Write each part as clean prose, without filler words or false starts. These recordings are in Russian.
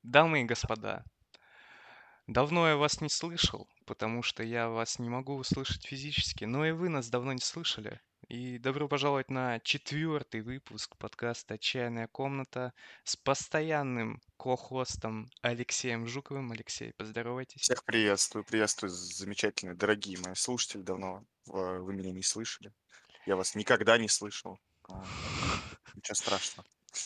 Дамы и господа, давно я вас не слышал, потому что я вас не могу услышать физически, но и вы нас давно не слышали. И добро пожаловать на 4-й выпуск подкаста «Отчаянная комната» с постоянным ко-хостом Алексеем Жуковым. Алексей, поздоровайтесь. Всех приветствую, приветствую, замечательные, дорогие мои слушатели, давно вы меня не слышали. Я вас никогда не слышал. Ничего страшного.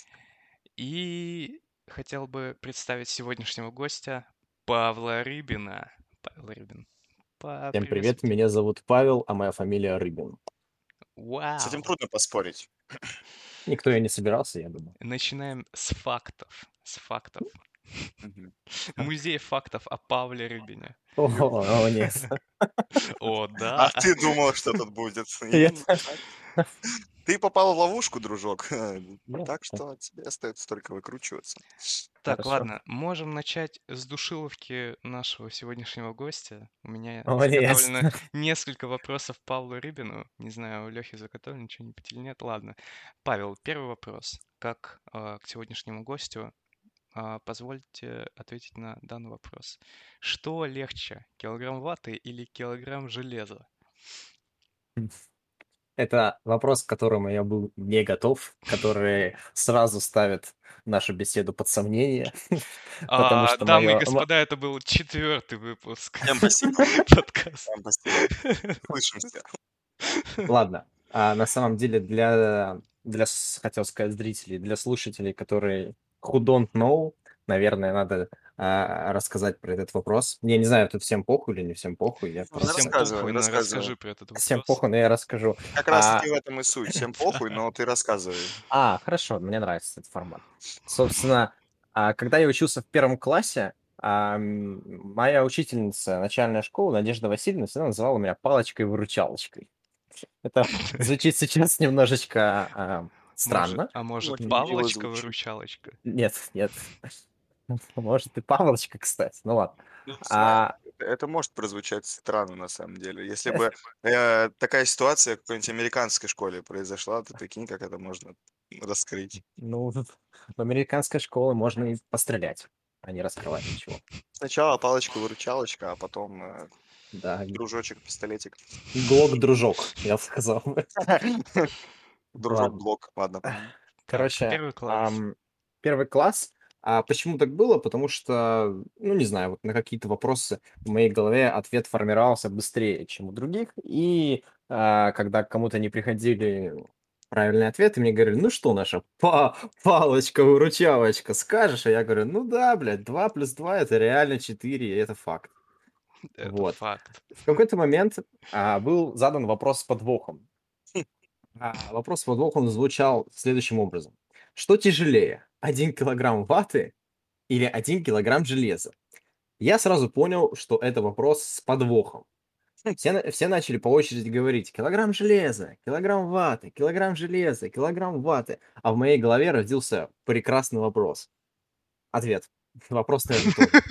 И хотел бы представить сегодняшнего гостя Павла Рыбина. Павел Рыбин, Всем привет, поприветствуйте. меня зовут Павел, а моя фамилия Рыбин. С этим Вау! трудно поспорить. Никто и не собирался, я думаю. Начинаем с фактов. С фактов. Мгм. Музей фактов о Павле Рыбине. Нет. О, А да. ты думал, что тут будет? Я- Именно так. Ты попал в ловушку, дружок. Ну, Так что тебе остается только выкручиваться. Так, Хорошо. ладно, можем начать с душиловки нашего сегодняшнего гостя. У меня О, нет. заготовлено несколько вопросов Павлу Рыбину. Не знаю, у Лехи заготовлено что-нибудь или нет. Ладно. Павел, первый вопрос. Как к сегодняшнему гостю позвольте ответить на данный вопрос. Что легче, килограмм ваты или килограмм железа? Это вопрос, к которому я был не готов, который сразу ставит нашу беседу под сомнение, потому что Дамы и мое... господа, это был 4-й выпуск Всем спасибо. подкаста. Всем спасибо. Слышимся. Ладно, на самом деле хотел сказать, зрителей, для слушателей, которые who don't know, наверное, надо рассказать про этот вопрос. Я не знаю, тут всем похуй или не всем похуй, я Всем просто... похуй, Рассказывай, но рассказывай. расскажи про этот Всем вопрос. похуй, но я расскажу. Как раз таки в этом и суть. Всем похуй, но ты рассказывай. Хорошо, мне нравится этот формат. Собственно, когда я учился в первом классе, моя учительница начальной школы, Надежда Васильевна, всегда называла меня палочкой-выручалочкой. Это звучит сейчас немножечко странно. Может, Очень мило звучит. Павлочка-выручалочка? Нет, нет. Может, и Павлочка, кстати. Ну ладно. Ну, знаешь, А, это может прозвучать странно на самом деле. Если бы такая ситуация в какой-нибудь американской школе произошла, то прикинь, как это можно раскрыть. ну, в американской школе можно и пострелять, а не раскрывать ничего. Сначала палочка-выручалочка, а потом Да, дружочек-пистолетик. Глок-дружок, я бы сказал бы. Ладно. Дружок-блок, ладно. Так, Короче, первый класс. первый класс. А почему так было? Потому что, ну, не знаю, вот на какие-то вопросы в моей голове ответ формировался быстрее, чем у других. И когда к кому-то не приходили правильные ответы, мне говорили, ну что, наша палочка-выручалочка, скажешь? А я говорю, ну да, блядь, 2 плюс 2 это реально 4, и это факт. Это Вот. факт. В какой-то момент был задан вопрос с подвохом. Вопрос с подвохом звучал следующим образом. Что тяжелее, 1 килограмм ваты или 1 килограмм железа? Я сразу понял, что это вопрос с подвохом. Все начали по очереди говорить килограмм железа, килограмм ваты, килограмм железа, килограмм ваты. А в моей голове родился прекрасный вопрос. Ответ. Вопрос, наверное, тоже.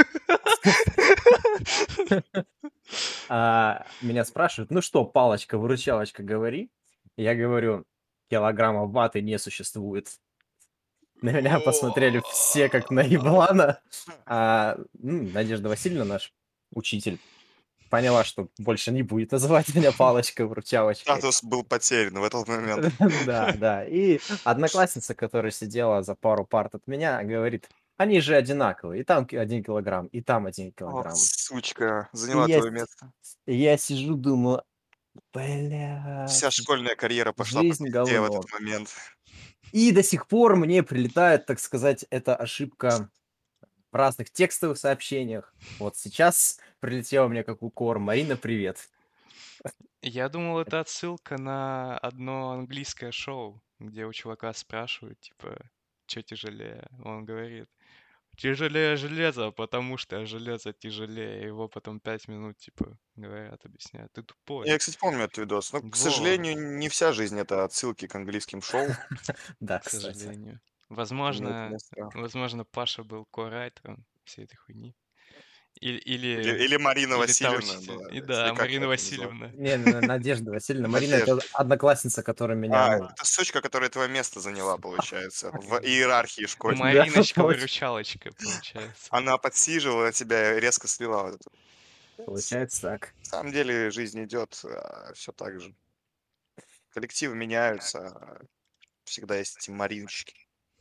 Меня спрашивают, ну что, палочка-выручалочка, говори. Я говорю, килограмма ваты не существует. На меня посмотрели все как на еблана. Надежда Васильевна, наш учитель, поняла, что больше не будет называть меня палочкой-выручалочкой. Статус был потерян в этот момент. Да, да. И одноклассница, которая сидела за пару парт от меня, говорит, они же одинаковые. И там 1 килограмм, и там один Ох, килограмм. сучка, И заняла я, твое место. и я сижу, думаю, Вся блядь, школьная карьера пошла по жизнь пизде в этот говно. момент. И до сих пор мне прилетает, так сказать, эта ошибка в разных текстовых сообщениях. Вот сейчас прилетело мне как укор. Марина, привет. Я думал, это отсылка на одно английское шоу, где у чувака спрашивают, типа, что тяжелее? Он говорит, тяжелее железо, потому что железо тяжелее. Его потом 5 минут, типа, говорят, объясняют. Ты тупой. Я, кстати, помню этот видос. Но, к Во, сожалению, не вся жизнь — это отсылки к английским шоу. Да, к кстати. сожалению. Имеет Возможно, место. возможно, Паша был коррайтером всей этой хуйни. Или Или Марина та Васильевна учитель. была, И или да, как Марина ее там звали? Васильевна. Не, Надежда Васильевна. Марина — это Надежда. одноклассница, которая меня, ну, Это сучка, которая твое место заняла, получается, в да, иерархии школьной. точно. Мариночка-выручалочка, получается. Она подсиживала тебя и резко слила вот это. Получается так. На самом деле жизнь идет все так же. Коллективы меняются, всегда есть эти Мариночки.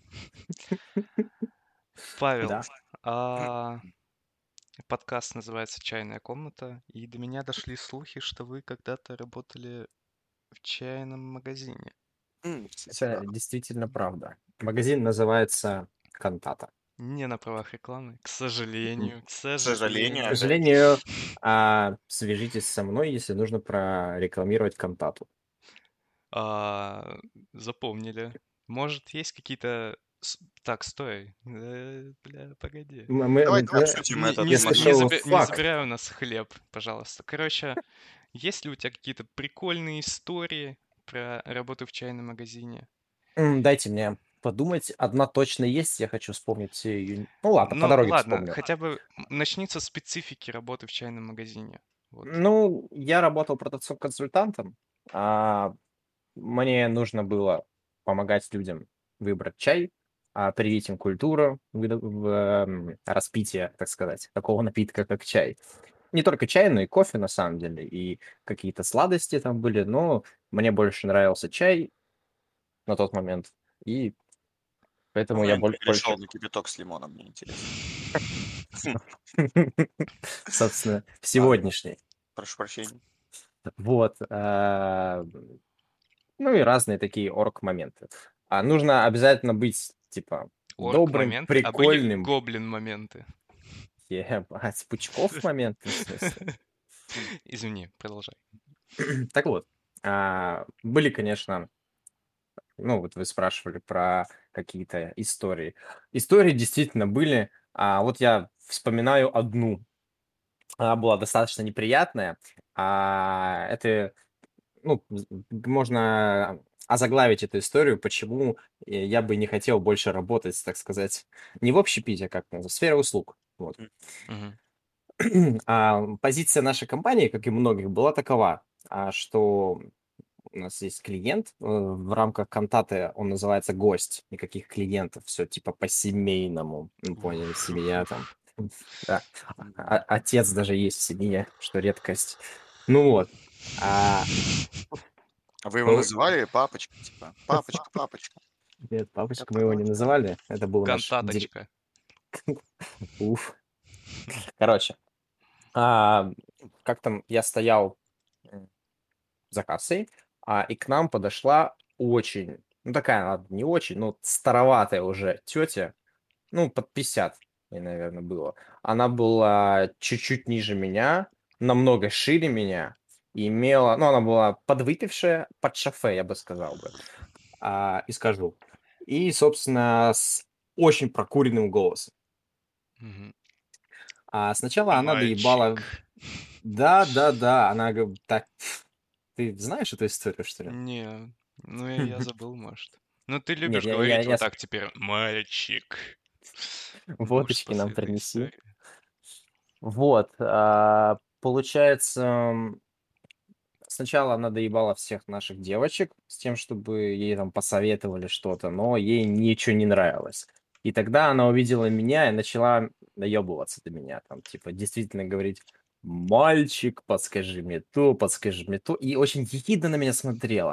Павел, Да. а, подкаст называется «Чайная комната», и до меня дошли слухи, что вы когда-то работали в чайном магазине. Кстати, Это да. действительно правда. Магазин называется «Кантата». Не на правах рекламы, к М, сожалению, к К сожалению, К сожалению. опять. сожалению, свяжитесь со мной, если нужно прорекламировать «Кантату». А, Запомнили. Может, есть какие-то... Так, стой. Бля, погоди. Давай обсудим Не, этот не, Если не, момент. что, не факт. забирай у нас хлеб, пожалуйста. Короче, есть ли у тебя какие-то прикольные истории про работу в чайном магазине? Дайте мне подумать. Одна точно есть, я хочу вспомнить ее. Ну ладно, по Ну, дороге ладно, вспомню. хотя бы начни со специфики работы в чайном магазине. Вот. Ну, я работал продавцом-консультантом. а, Мне нужно было помогать людям выбрать чай, привить им культуру распития, так сказать, такого напитка, как чай. Не только чай, но и кофе, на самом деле, и какие-то сладости там были, но мне больше нравился чай на тот момент, и В поэтому я момент ты перешел больше, на кипяток с лимоном, мне интересно. собственно, в Ладно, сегодняшний. прошу прощения. Вот. Ну и разные такие орг-моменты. Нужно обязательно быть, типа, добрым, Орг-моменты, а были прикольным. гоблин-моменты? Ебать, Пучков моменты, в смысле? Извини, продолжай. Так вот, были, конечно, ну вот вы спрашивали про какие-то истории. Истории действительно были. Вот я вспоминаю одну. Она была достаточно неприятная. Это, ну, можно озаглавить эту историю, почему я бы не хотел больше работать, так сказать, не в общепите, а как называется, сфера услуг. Вот. Мгм. Позиция нашей компании, как и многих, была такова, что у нас есть клиент, в рамках Кантаты он называется гость, никаких клиентов, все типа по-семейному, ну, поняли, семья там, да. Отец даже есть в семье, что редкость. Ну вот, а, А вы его пол- называли папочка, типа? Папочка, папочка. нет, Я папочка, мы его не такой. называли, это был наш Кантаточка. Уф. Короче, а, как там, я стоял за кассой, и к нам подошла очень, ну такая, ладно, не очень, но староватая уже тетя, ну под 50 ей, наверное, было. Она была чуть-чуть ниже меня, намного шире меня, и имела, ну она была подвыпившая, под шофе, я бы сказал бы, и скажу. И, собственно, с очень прокуренным голосом. Мгм. Сначала она доебала... Мальчик. Да, она говорит, так, ты знаешь эту историю, что ли? Не, ну я забыл, может. Ну ты Нет, любишь говорить я вот так теперь, мальчик. Может, водочки нам после этой принеси. истории. Вот, получается, сначала она доебала всех наших девочек с тем, чтобы ей там посоветовали что-то, но ей ничего не нравилось. И тогда она увидела меня и начала доебываться до меня, там, типа, действительно говорить, мальчик, подскажи мне то, и очень ехидно на меня смотрела.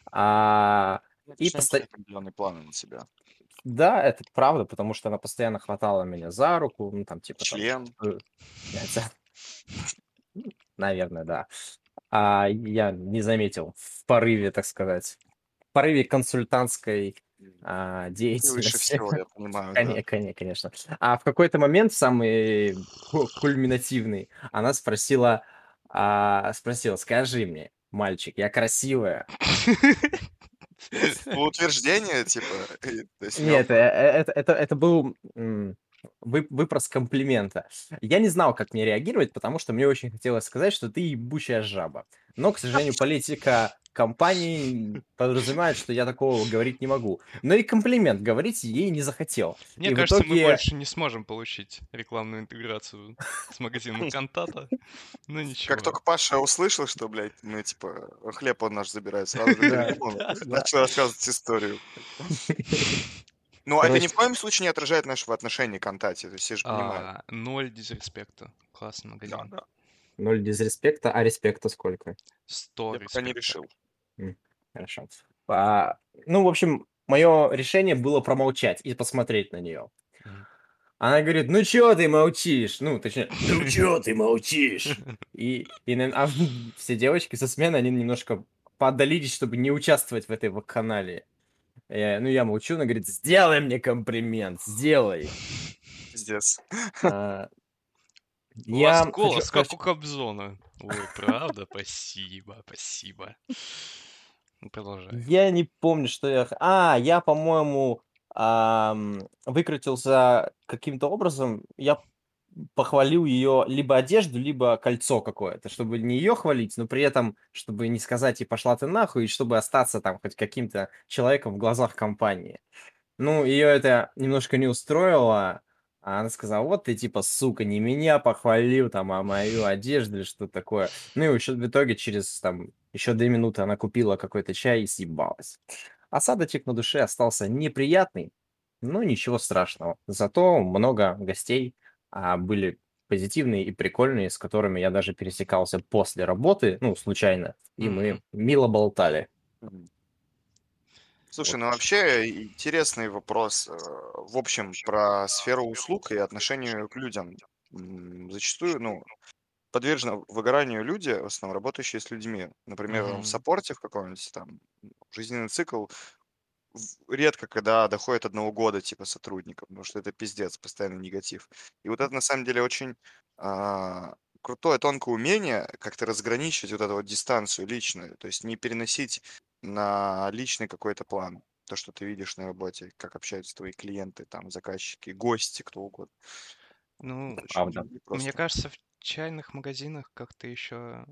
И Начнем иметь определенные планы на себя. Да, это правда, потому что она постоянно хватала меня за руку, ну, там, типа, там, Член. это, наверное, да. Я не заметил в порыве, так сказать, в порыве консультантской Ты выше деятельности. всего, я понимаю, да. Конечно. А в какой-то момент, самый кульминативный, она спросила, скажи мне, мальчик, я красивая? Утверждение, типа, то есть Нет, мертвое. это был выпрос комплимента. Я не знал, как мне реагировать, потому что мне очень хотелось сказать, что ты ебучая жаба. Но, к сожалению, политика компании подразумевает, что я такого говорить не могу. Но и комплимент говорить ей не захотел. Мне И в кажется, мы итоге больше не сможем получить рекламную интеграцию с магазином Кантата. Ну Как ничего. только Паша услышал, что, блядь, мы, типа, хлеб он наш забирает, сразу же Да, передумал, да. начал рассказывать историю. Но это ни в Короче, коем случае не отражает нашего отношения к Кантате, то есть все же понимают. 0 дизреспекта. Классный Да, магазин. да. 0 дизреспекта, а респекта сколько? 100 Я пока не респекта. решил. Хорошо. Ну, в общем, мое решение было промолчать и посмотреть на нее. Мгм. Она говорит, ну чё ты молчишь? Ну, точнее, ну чё ты молчишь? Все девочки со смены, они немножко поотдалились, чтобы не участвовать в этой вакханалии. Ну, я молчу, она говорит, сделай мне комплимент, сделай. Пиздец. А, У вас Я хочу, голос как у Кобзона. Ой, правда? Спасибо, спасибо. Ну, продолжай. Я не помню, что я, по-моему, выкрутился каким-то образом. Я похвалил ее либо одежду, либо кольцо какое-то, чтобы не ее хвалить, но при этом, чтобы не сказать и пошла ты нахуй, и чтобы остаться там хоть каким-то человеком в глазах компании. Ну, ее это немножко не устроило, а она сказала, вот ты типа, сука, не меня похвалил, там, а мою одежду или что такое. Ну, и еще в итоге через, там, еще 2 минуты она купила какой-то чай и съебалась. Осадочек на душе остался неприятный, но ничего страшного. Зато много гостей были позитивные и прикольные, с которыми я даже пересекался после работы, ну, случайно, и мы мило болтали. Мгм. Слушай, Вот. ну вообще интересный вопрос. В общем, про сферу услуг и отношение к людям. Зачастую, ну, подвержены выгоранию люди, в основном работающие с людьми. Например, в Мгм. саппорте в каком-нибудь там жизненный цикл редко когда доходит 1 года типа сотрудников, потому что это пиздец, постоянный негатив. И вот это на самом деле очень крутое, тонкое умение как-то разграничивать вот эту вот дистанцию личную, то есть не переносить на личный какой-то план. То, что ты видишь на работе, как общаются твои клиенты, там, заказчики, гости, кто угодно. Ну, Это очень Правда. мне непросто. кажется, в чайных магазинах как-то еще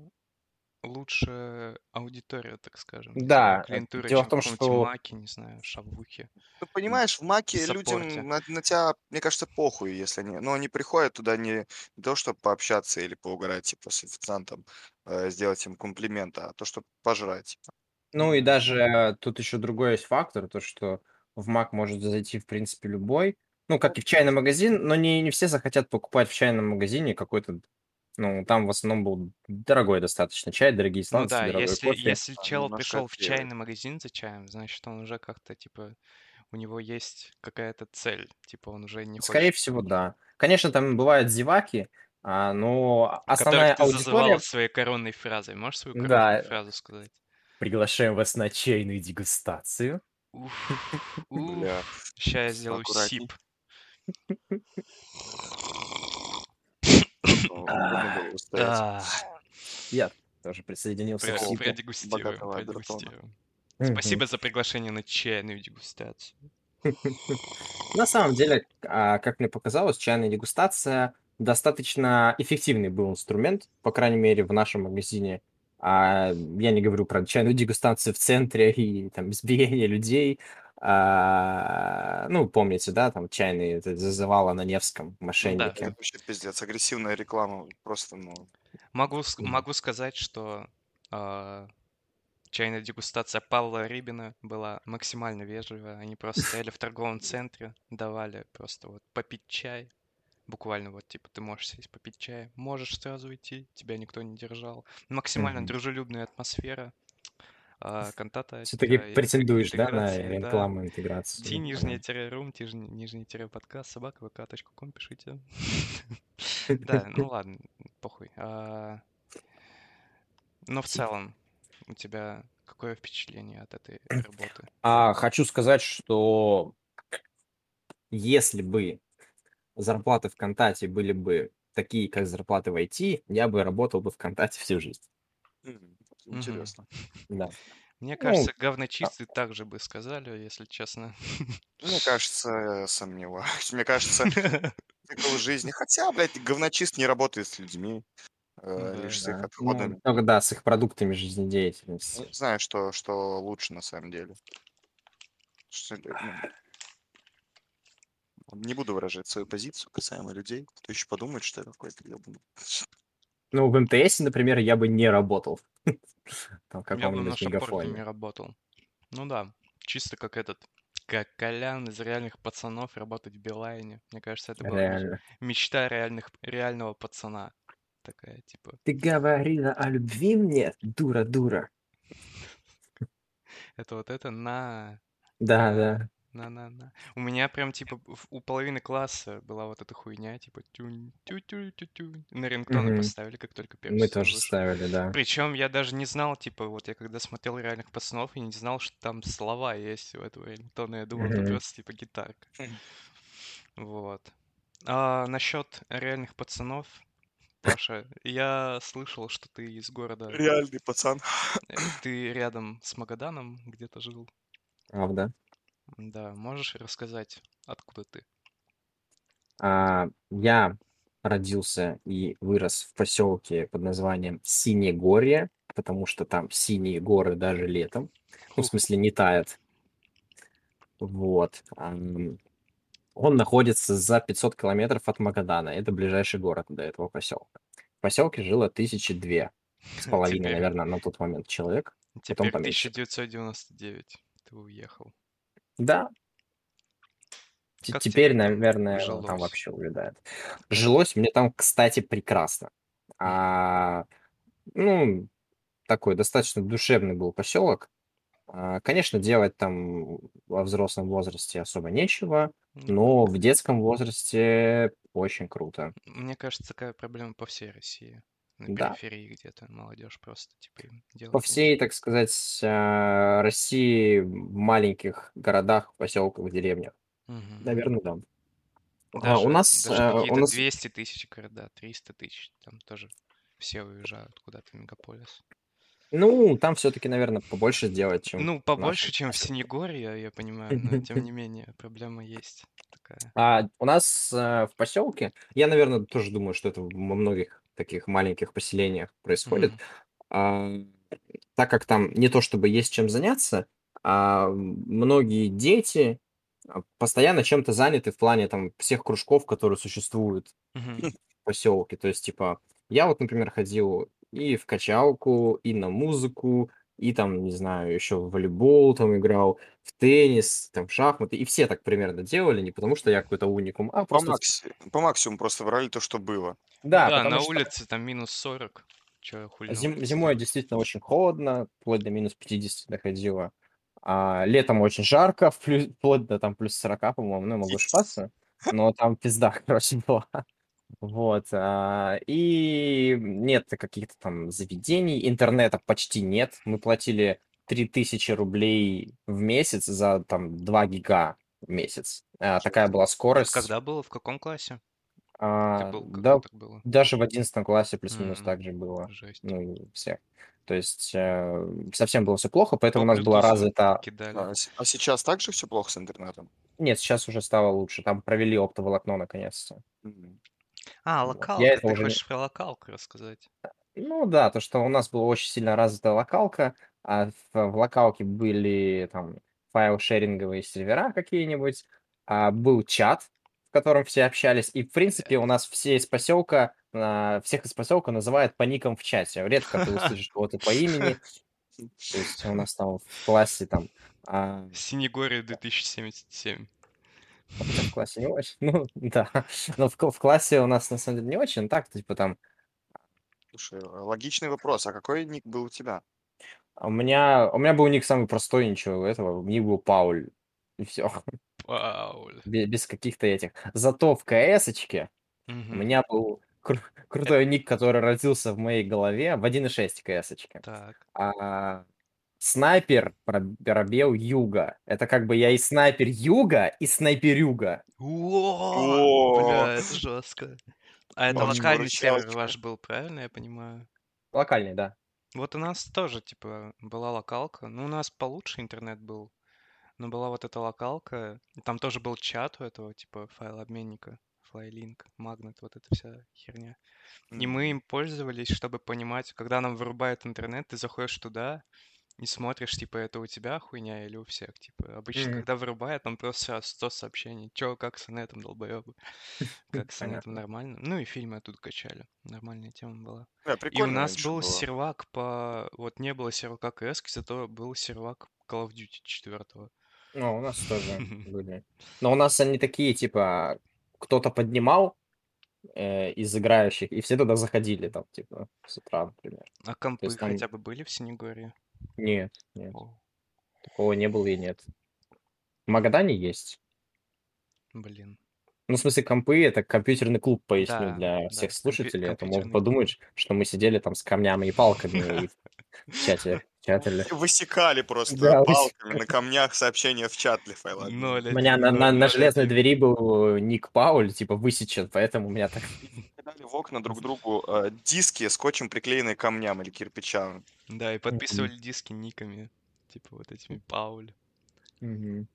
лучше аудитория, так скажем, типа Да, клиентура, дело в чем в том, каком-нибудь что Маке, не знаю, Шавухе, Ну, понимаешь, в Маке Саппорте. людям на тебя, мне кажется, похуй, если они... Ну, они приходят туда не то, чтобы пообщаться или поугарать, типа, с официантом, сделать им комплимент, а то, чтобы пожрать, типа. ну и даже тут еще другой есть фактор, то что в Мак может зайти, в принципе, любой. Ну, Ну, как и в чайный магазин, но не все захотят покупать в чайном магазине какой-то, ну, там в основном был дорогой достаточно чай, дорогие Ну сладости, да, дорогой кофе. если чел немножко пришел в отвеивает. чайный магазин за чаем, значит, он уже как-то, типа, у него есть какая-то цель. Типа, он уже не Скорее хочет, всего, да. Конечно, там бывают зеваки, но которых основная ты зазывал аудитория, своей коронной фразой. Можешь свою коронную да, фразу сказать? приглашаем вас на чайную дегустацию. Уф, Бля, уф. Сейчас я сделаю аккуратней. сип. Трудно было устоять. А, Я тоже присоединился к Такого сипу. Продегустируем, богатого обертона. продегустируем. Мгм. Спасибо за приглашение на чайную дегустацию. На самом деле, как мне показалось, чайная дегустация достаточно эффективный был инструмент, по крайней мере, в нашем магазине. Я не говорю про чайную дегустацию в центре и там избиение людей. Ну, помните, да, там чайные это зазывало на Невском Да. Это мошенники. вообще пиздец. Агрессивная реклама. Просто, ну... Мгм. Могу сказать, что а, чайная дегустация Павла Рибина была максимально вежливая. Они просто стояли в торговом центре, давали просто вот попить чай. Буквально вот, типа, ты можешь сесть попить чай, можешь сразу идти, тебя никто не держал. Максимально Мгм. дружелюбная атмосфера. Кантата, Все-таки претендуешь, да, на интеграция, да. рекламу, интеграцию? Понятно. Нижний-рум, нижний-подкаст, собака, vk.com, пишите. Да, ну ладно, похуй. Но в целом, у тебя какое впечатление от этой работы? Хочу сказать, что если бы зарплаты ВКонтакте были бы такие, как зарплаты в IT, я бы работал бы ВКонтакте всю жизнь. Мгм. Интересно. Да. Мне Ну, кажется, говночисты так же бы сказали, если честно. Мне кажется, я сомневаюсь. Мне кажется, цикл жизни. Хотя, блядь, говночист не работает с людьми, Ну лишь да. с их Да. Ну, отходами. только да, с их продуктами Не жизнедеятельности. знаю, что лучше на самом деле. Ну, не буду выражать свою позицию касаемо людей. Кто еще подумает, что я какой-то ебаный. Ну, в МТСе, например, я бы не работал. Там в Я бы на каком-нибудь саппорте не мегафоне. работал. Ну да, чисто как как Колян из реальных пацанов работать в Билайне. Мне кажется, это была Реально. мечта реального пацана. Такая, типа, Ты говорила о любви мне, дура. это вот это на, Да, да. на. У меня прям, типа, у половины класса была вот эта хуйня, типа, тюнь, тю-тю-тю-тю. На рингтоны Мгм. поставили, как только первый Мы сезон тоже вышел. ставили, да. Причем я даже не знал, типа, вот я когда смотрел «Реальных пацанов», я не знал, что там слова есть у этого рингтона. Я думал, это Мгм. просто, типа, гитарка. Вот. А насчет «Реальных пацанов», Паша, я слышал, что ты из города, Реальный пацан. ты рядом с Магаданом где-то жил. Правда. Да, можешь рассказать, откуда ты? Я родился и вырос в поселке под названием Синегорье, потому что там синие горы даже летом. Ну, в Ху-ху. смысле, не тает. Вот. Он находится за 500 километров от Магадана. Это ближайший город до этого поселка. В поселке жило 1002 с половиной, Теперь, наверное, на тот момент человек. Потом теперь поменьше. 1999. Ты уехал. Да, Как тебе теперь, там наверное, там жилось? вообще увядает. Как... Жилось мне там, кстати, прекрасно. Мгм. А, ну, такой достаточно душевный был поселок. Конечно, делать там во взрослом возрасте особо нечего, Ну, но в детском возрасте очень круто. мне кажется, такая проблема по всей России. На Да, периферии где-то молодежь просто, типа, им по делать всей, нечего. так сказать, России, в маленьких городах, поселках, деревнях. Мгм. Наверное, да. У Даже, нас, даже у какие-то нас, 200 тысяч города, 300 тысяч, там тоже все уезжают куда-то в мегаполис. ну, там все-таки, наверное, побольше сделать, чем Ну, в нашем побольше, чем в поселке. Синегорье, я понимаю, но тем не менее проблема есть такая. У нас в поселке, я, наверное, тоже думаю, что это во многих таких маленьких поселениях происходит, Мгм. а, так как там не то чтобы есть чем заняться, многие дети постоянно чем-то заняты в плане там всех кружков, которые существуют Мгм. в поселке. То есть, типа, я вот, например, ходил и в качалку, и на музыку, и там, не знаю, еще в волейбол там играл, в теннис, там, в шахматы. И все так примерно делали, не потому что я какой-то уникум, а просто, По максимуму просто брали то, что было. Ну да, да, потому на что улице там минус 40. Че хуй на улице зимой делать? действительно очень холодно, вплоть до -50 доходило. Летом очень жарко, вплоть до там +40, по-моему, ну, я могу ошибаться, но там пизда, короче, была. Вот, и нет каких-то там заведений, интернета почти нет. Мы платили 3000 рублей в месяц за там 2 гига в месяц. Такая Жестко. была Это скорость. когда было? В каком классе? Ты был, когда Да, так было? даже в 11 классе плюс-минус М, так же было. Жесть. Ну, и все. То есть совсем было все плохо, поэтому По у нас была Bluetooth развита... кидали. А сейчас также все плохо с интернетом? Нет, сейчас уже стало лучше. Там провели оптоволокно наконец-то. М. А, Вот. Я локалка. это Ты уже... хочешь про локалку рассказать? Ну да, то, что у нас была очень сильно развита локалка, в локалке были там файл-шеринговые сервера какие-нибудь, был чат, в котором все общались, и, в принципе, у Блядь. нас всех из поселка называют по никам в чате. Редко ты услышишь кого-то по имени, то есть у нас там в классе там, а, Синегория 2077. хотя в классе не очень, ну да, но в классе у нас на самом деле не очень, так, типа там, Слушай, логичный вопрос. А какой ник был у тебя? у меня был ник самый простой, ничего этого, ник был Пауль, и все. Пауль. Без каких-то этих. Зато в КСочке у Мгм. меня был Эт- крутой ник, который родился в моей голове в 1.6 КСочке. Так. А, Снайпер пробел Юга. Это как бы я и снайпер Юга, и снайперюга. О, О, бля, это жестко. А это локальный сервер палочка-выручалочка. ваш был, правильно я понимаю? Локальный, да. Вот у нас тоже, типа, была локалка. Ну, у нас получше интернет был. Но была вот эта локалка. И там тоже был чат у этого, типа, файлообменника. Flylink, Magnet, вот эта вся херня. И мы им пользовались, чтобы понимать, когда нам вырубает интернет, ты заходишь туда и смотришь, типа, это у тебя хуйня или у всех. Типа, обычно, Мгм. когда вырубает, там просто 100 сообщений. Чё, как с инетом, долбоёбы? Как с инетом Понятно. нормально? Ну и фильмы оттуда качали. Нормальная тема была. Да, И у прикольно нас раньше был было. сервак по... Вот не было сервака CS, зато был сервак Call of Duty 4. Ну, у нас тоже были. Но у нас они такие, типа, кто-то поднимал из играющих, и все туда заходили, там, типа, с утра, например. А То компы есть там хотя бы были в Синегории? нет, нет, О, такого не было и нет. В Магадане есть. блин. Ну, в смысле, компы — это компьютерный клуб, поясню Да, для всех да, слушателей. Это могут компьютерный клуб. подумать, что мы сидели там с камнями и палками и в чате чатили. Высекали просто Да, палками на камнях сообщения в чат для файлообмена. у меня 0-1, на железной 0-1. двери был ник Пауль, типа, высечен, поэтому у меня так... И кидали в окна друг другу диски скотчем, приклеенные к камням или кирпичам. Да, и Мгм. подписывали диски никами. Типа вот этими Пауль. Мгм.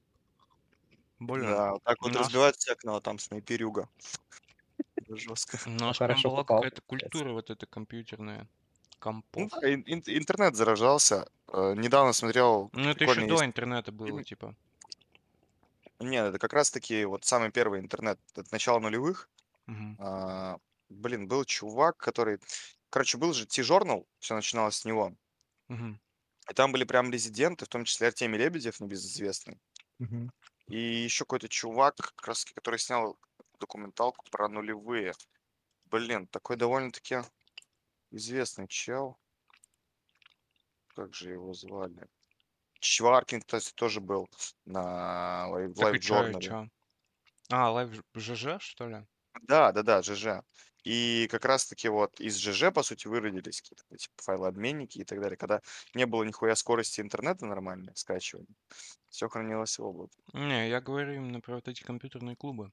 Блин, Да, вот так у вот нас, разбивать окна, а там снайперюга. Жестко. у Ну, нас прям хорошо была попал, какая-то получается. культура вот эта компьютерная. Ну Компов. да, интернет заражался. Недавно смотрел Ну это еще прикольный до есть интернета было, фильм. типа. Нет, это как раз-таки вот самый первый интернет. Это начало нулевых. Мгм, А, Блин, был чувак, который... Короче, был же T-Journal, все начиналось с него. мгм. И там были прям резиденты, в том числе Артемий Лебедев, небезызвестный. Мгм. И еще какой-то чувак, как раз который снял документалку про нулевые. Блин, такой довольно-таки известный чел. Как же его звали? Чваркин, кстати, тоже был на Так и Live чё, и Journal. чё? А, лайв ЖЖ, что ли? Да, да, да, ЖЖ. И как раз-таки вот из ЖЖ, по сути, выродились какие-то эти файлообменники и так далее. Когда не было нихуя скорости интернета нормальной, скачивания, все хранилось в облаке. Не, я говорю именно про вот эти компьютерные клубы,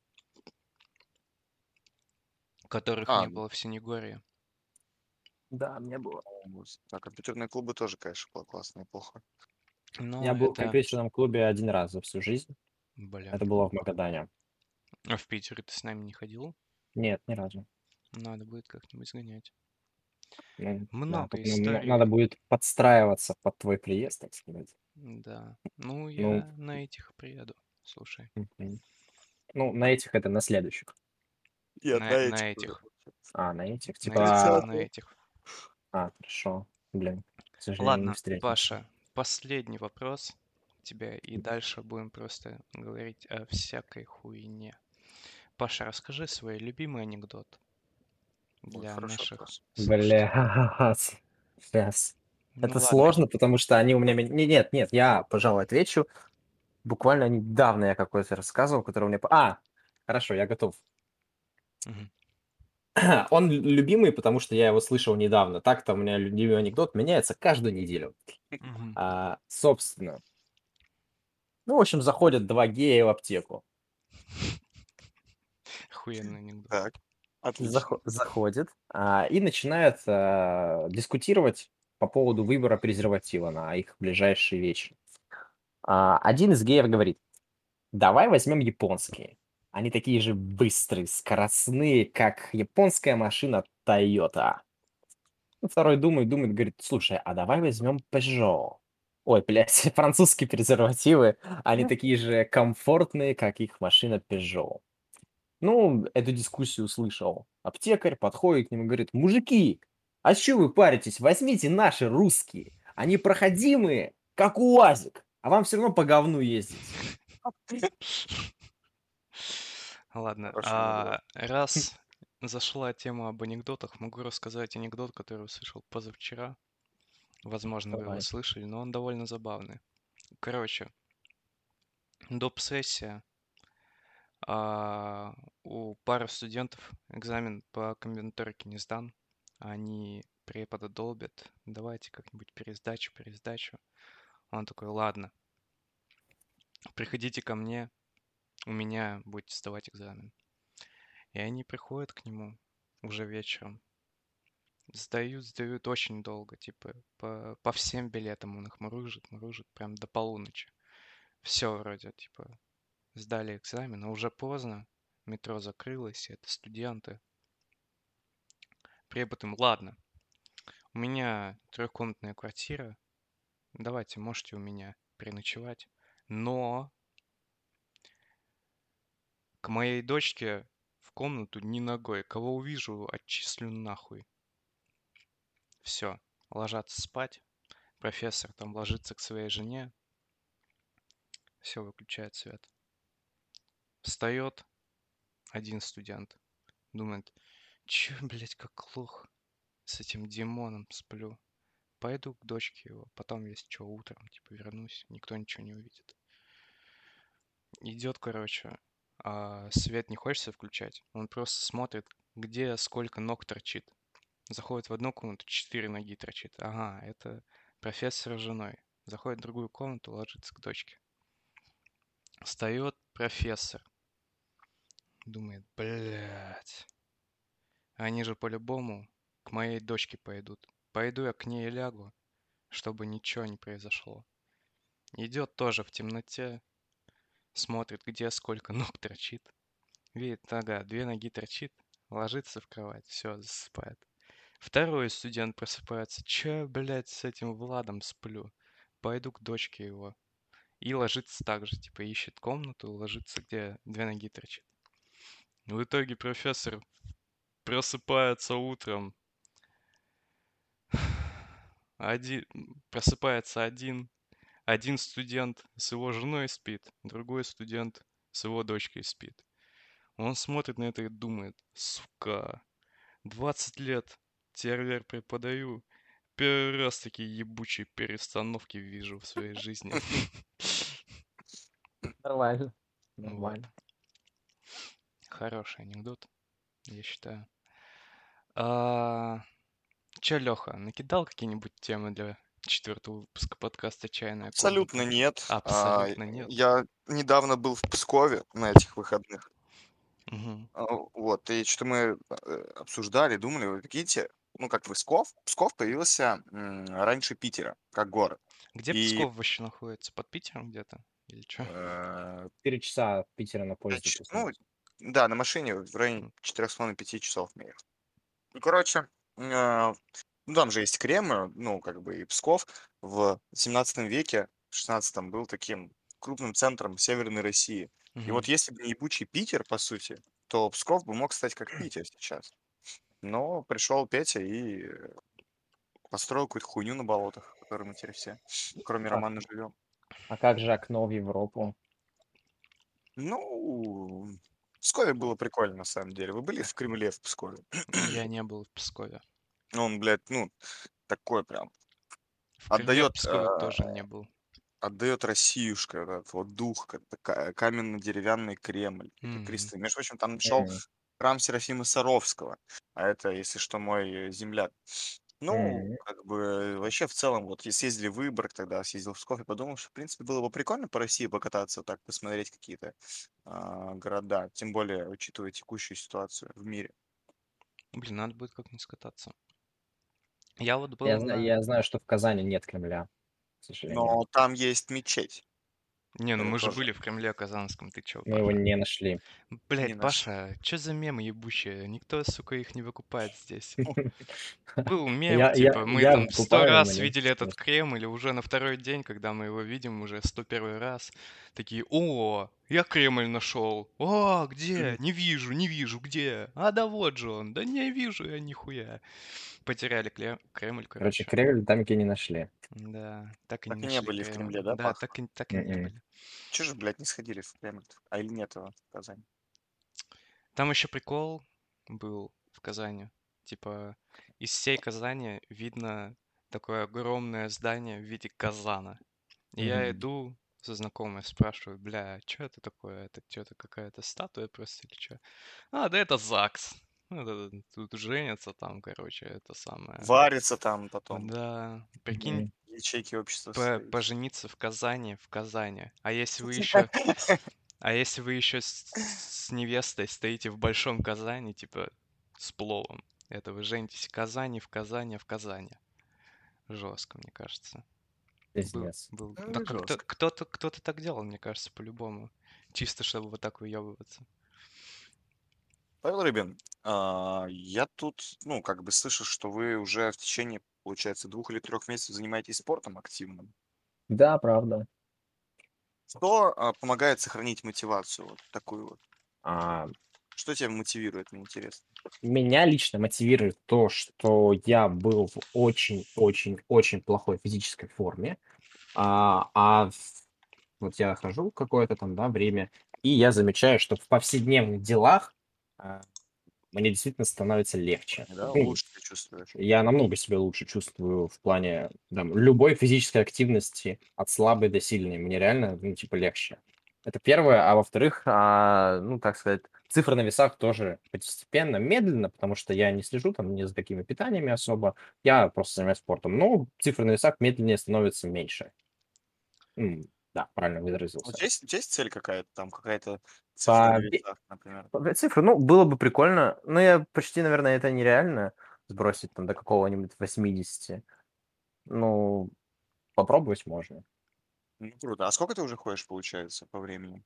которых А, не было в Синегории. Да, мне было. вот. Да, компьютерные клубы тоже, конечно, была классная эпоха. Но Я был в это, компьютерном клубе один раз за всю жизнь. блин. Это было в Магадане. А в Питере ты с нами не ходил? Нет, ни разу. Надо будет как-нибудь сгонять. Ну, да, Много только надо историй. будет подстраиваться под твой приезд, так сказать. Да. Ну, Ну, я на этих приеду. Слушай. мгм. Ну, на этих это на следующих. Нет, на На этих уже. этих. А, на этих, На этих, типа... на этих. Хорошо. Блин, к сожалению, не Ладно, встретимся. Паша, последний вопрос тебя, и дальше будем просто говорить о всякой хуйне. Паша, расскажи свой любимый анекдот Ой, для хороший наших вопрос. Бля, слушателей. сейчас. Ну Это ладно. сложно, потому что они у меня... Нет, нет, я, пожалуй, отвечу. Буквально недавно я какой-то рассказывал, который у меня... Хорошо, я готов. Мгм, Он любимый, потому что я его слышал недавно. Так-то у меня любимый анекдот меняется каждую неделю. мгм. Собственно. Ну, в общем, заходят два гея в аптеку. Охуенный анекдот. Так, отлично. Заходят и начинают дискутировать по поводу выбора презерватива на их ближайший вечер. Один из геев говорит: давай возьмем японские. Они такие же быстрые, скоростные, как японская машина Toyota. Ну, второй думает, говорит: слушай, а давай возьмем Peugeot. Ой, блядь, французские презервативы, они такие же комфортные, как их машина Peugeot. Ну, эту дискуссию услышал аптекарь, подходит к ним и говорит: мужики, а что вы паритесь? Возьмите наши русские. Они проходимые, как УАЗик, а вам все равно по говну ездить. Ладно, Хороший анекдот. раз зашла тема об анекдотах, могу рассказать анекдот, который услышал позавчера. Возможно, вы его Давай. слышали, но он довольно забавный. Короче, доп-сессия. У пары студентов экзамен по комбинаторике не сдан. Они препода долбят. Давайте как-нибудь пересдачу. Он такой: ладно, приходите ко мне, у меня будете сдавать экзамен. И они приходят к нему уже вечером. Сдают очень долго, типа по всем билетам он их мурыжит, прям до полуночи. Все вроде, типа, сдали экзамен, а уже поздно. метро закрылось, это студенты. Препод им, ладно, у меня трехкомнатная квартира, давайте, можете у меня переночевать, но к моей дочке в комнату ни ногой, кого увижу, отчислю нахуй. Все, ложатся спать, профессор там ложится к своей жене, все, выключает свет. Встает один студент, думает, че, блядь, как лох, с этим Димоном сплю. Пойду к дочке его, потом, если что, утром, типа, вернусь, никто ничего не увидит. Идет, короче, свет не хочется включать, он просто смотрит, где сколько ног торчит. Заходит в одну комнату, 4 ноги торчит. Ага, это профессор с женой. Заходит в другую комнату, ложится к дочке. Встает профессор. Думает, блядь, они же по-любому к моей дочке пойдут. Пойду я к ней и лягу, чтобы ничего не произошло. Идет тоже в темноте, смотрит, где сколько ног торчит. Видит, ага, 2 ноги торчит, ложится в кровать, все, засыпает. Второй студент просыпается. Че, блядь, с этим Владом сплю? Пойду к дочке его. И ложится так же, типа ищет комнату, ложится, где 2 ноги торчит. В итоге профессор просыпается утром. Один, просыпается один студент с его женой спит, другой студент с его дочкой спит. Он смотрит на это и думает, сука, 20 лет ТРВР преподаю, первый раз такие ебучие перестановки вижу в своей жизни. Нормально. Вот. Нормально. Хороший анекдот, я считаю. Че, Леха, накидал какие-нибудь темы для 4-го выпуска подкаста «Чайная Абсолютно комната»? нет. Абсолютно нет. Я недавно был в Пскове на этих выходных. Мгм. Вот, и что-то мы обсуждали, думали, вы прикиньте, ну, как Псков появился раньше Питера, как город. Где И Псков вообще находится? Под Питером где-то? Или что? 4 часа от Питера на поезде ну, плюс-минус. да, на машине в районе 4,5-5 часов мы ехали. И, короче, ну, там же есть Кремль, ну, как бы и Псков в 17 веке, в 16 был таким крупным центром Северной России. И вот Мгм. если бы не ебучий Питер, по сути, то Псков бы мог стать как Питер сейчас. Но пришел Петя и построил какую-то хуйню на болотах, в которой мы теперь все, кроме А, Романа, живем. а как же окно в Европу? Ну, в Пскове было прикольно, на самом деле. Вы были в Кремле в Пскове? Я не был в Пскове. Он, блядь, ну, такой прям В Кремле в отдает Пскове тоже не был. отдает Россиюшка, вот этот вот дух, как такая каменно-деревянный Кремль, какие-то Мгм. кресты. Между прочим, там шел М, храм Серафима Саровского, а это, если что, мой земляк. Ну, м. как бы, вообще, в целом, вот, и съездили в Выборг тогда, съездил в Псков и подумал, что, в принципе, было бы прикольно по России покататься, вот так, посмотреть какие-то города, тем более, учитывая текущую ситуацию в мире. Блин, надо будет как-нибудь скататься. Я вот был Я знаю, на... я знаю, что в Казани нет Кремля, к сожалению. Но там есть мечеть, Не, ну это мы же тоже были в Кремле Казанском, ты чё, Мы его Паша? не нашли. не Блять, наш. Паша, чё за мемы ебучие? Никто, сука, их не выкупает здесь. Был мем, Я, я, типа, мы я там 100 выкупаю, но раз не видели этот смешно. Кремль, и уже на второй день, когда мы его видим уже 101 раз, такие, о, я Кремль нашел. О, где? Мгм. Не вижу, не вижу, где? А да вот же он. Да не вижу я нихуя. Потеряли Кремль, Короче, короче. Кремль там и не нашли. Да, так и не Так и не нашли были в Кремль. Кремле, да, Да, Паха? так и не М-м. были. Че же, блядь, не сходили в Кремль? А или нет его в Казани? Там еще прикол был в Казани. Типа, из всей Казани видно такое огромное здание в виде казана. И я Мгм. иду со знакомой, спрашиваю, бля, что это такое? Это что-то какая-то статуя просто или что? А, да это ЗАГС. Ну, тут женятся там, короче, это самое. Варится там потом, Да, прикинь, Мгм. ячейки общества создаются. пожениться в Казани. А если вы еще с невестой стоите в Большом Казани, типа с пловом, это вы женитесь в Казани, в Казани, в Казани. Жестко, мне кажется. Пиздец. Да как-то Жестко. кто-то так делал, мне кажется, по-любому. Чисто чтобы вот так выебываться. Павел Рыбин, я тут, ну, как бы слышу, что вы уже в течение, получается, 2 или 3 месяцев занимаетесь спортом активным. Да, правда. Что помогает сохранить мотивацию вот такую вот? А, Что тебя мотивирует, мне интересно? Меня лично мотивирует то, что я был в очень-очень-очень плохой физической форме. А, а в- вот я хожу какое-то там, да, время, и я замечаю, что в повседневных делах а, мне действительно становится легче. Да, Ну, лучше ты чувствуешь. я намного себя лучше чувствую в плане там, любой физической активности, от слабой до сильной. Мне реально, ну, типа, легче. Это первое. А во-вторых, ну, так сказать, цифры на весах тоже постепенно, медленно, потому что я не слежу там ни за какими питаниями особо. Я просто занимаюсь спортом. Но цифры на весах медленнее становятся меньше. Да, правильно выразился. У тебя есть цель какая-то там, какая-то цифра на По весах, например? Цифры, ну, было бы прикольно, но я почти, наверное, это нереально сбросить там до какого-нибудь 80. Ну, попробовать можно. Ну, круто. А сколько ты уже ходишь, получается, по времени?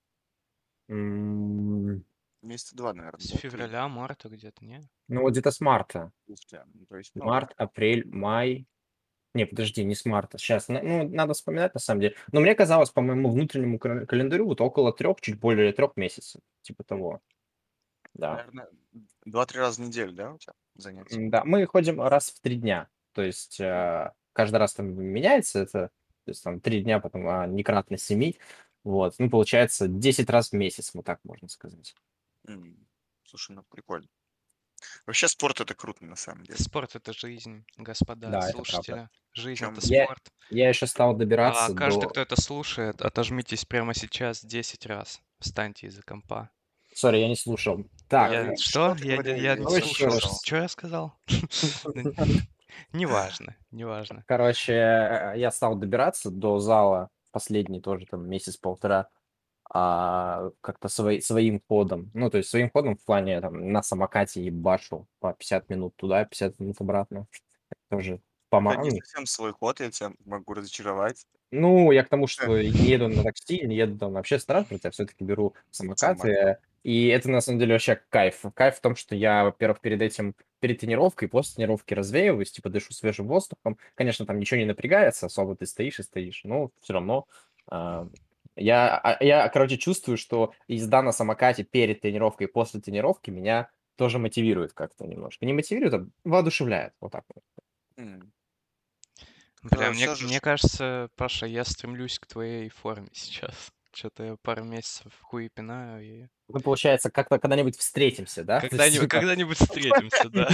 М, Месяца 2, наверное, С да? 3. февраля, марта где-то, не? Ну, вот где-то с марта. То есть, ну, Март, апрель, май. Не, подожди, не с марта. Сейчас, ну, надо вспоминать на самом деле. Но мне казалось, по моему внутреннему календарю, вот около 3, чуть более 3 месяцев. Типа того. Да. наверное, 2-3 раза в неделю, да, у тебя занятия? Да, мы ходим раз в 3 дня. То есть каждый раз там меняется это. То есть там 3 дня, потом некратно 7. Вот. Ну, получается, 10 раз в месяц, вот так можно сказать. М, Слушай, ну прикольно. Вообще спорт это круто на самом деле. Спорт — это жизнь, господа Да, это правда. слушатели. Жизнь — это Причем Я, спорт. я еще стал А добираться каждый, до... кто это слушает, отожмитесь прямо сейчас 10 раз. Встаньте из-за компа. Сори, я не слушал. Так, Что? Что ты Я говорил? не ну еще слушал. раз. Что я сказал? Неважно, неважно. Короче, я стал добираться до зала последний тоже там месяц-полтора, как-то своим ходом. Ну, то есть своим ходом в плане там на самокате ебашу по 50 минут туда, 50 минут обратно. Тоже Это не помогает. совсем свой ход, я тебя могу разочаровать. Ну, я к тому, что не еду на такси, не еду там на общественном транспорте, я все-таки беру самокат, Самокат. и это на самом деле вообще кайф. Кайф в том, что я, во-первых, перед тренировкой, после тренировки развеиваюсь, типа дышу свежим воздухом. Конечно, там ничего не напрягается, особо ты стоишь и стоишь, но все равно а, я, короче, чувствую, что езда на самокате перед тренировкой и после тренировки меня тоже мотивирует как-то немножко. Не мотивирует, а воодушевляет. Вот так вот. М, Бля, Все же мне кажется, Паша, я стремлюсь к твоей форме сейчас. Что-то я пару месяцев хуй пинаю и... Мы, получается, как-то когда-нибудь встретимся, да? То есть, типа, Когда-нибудь встретимся, да.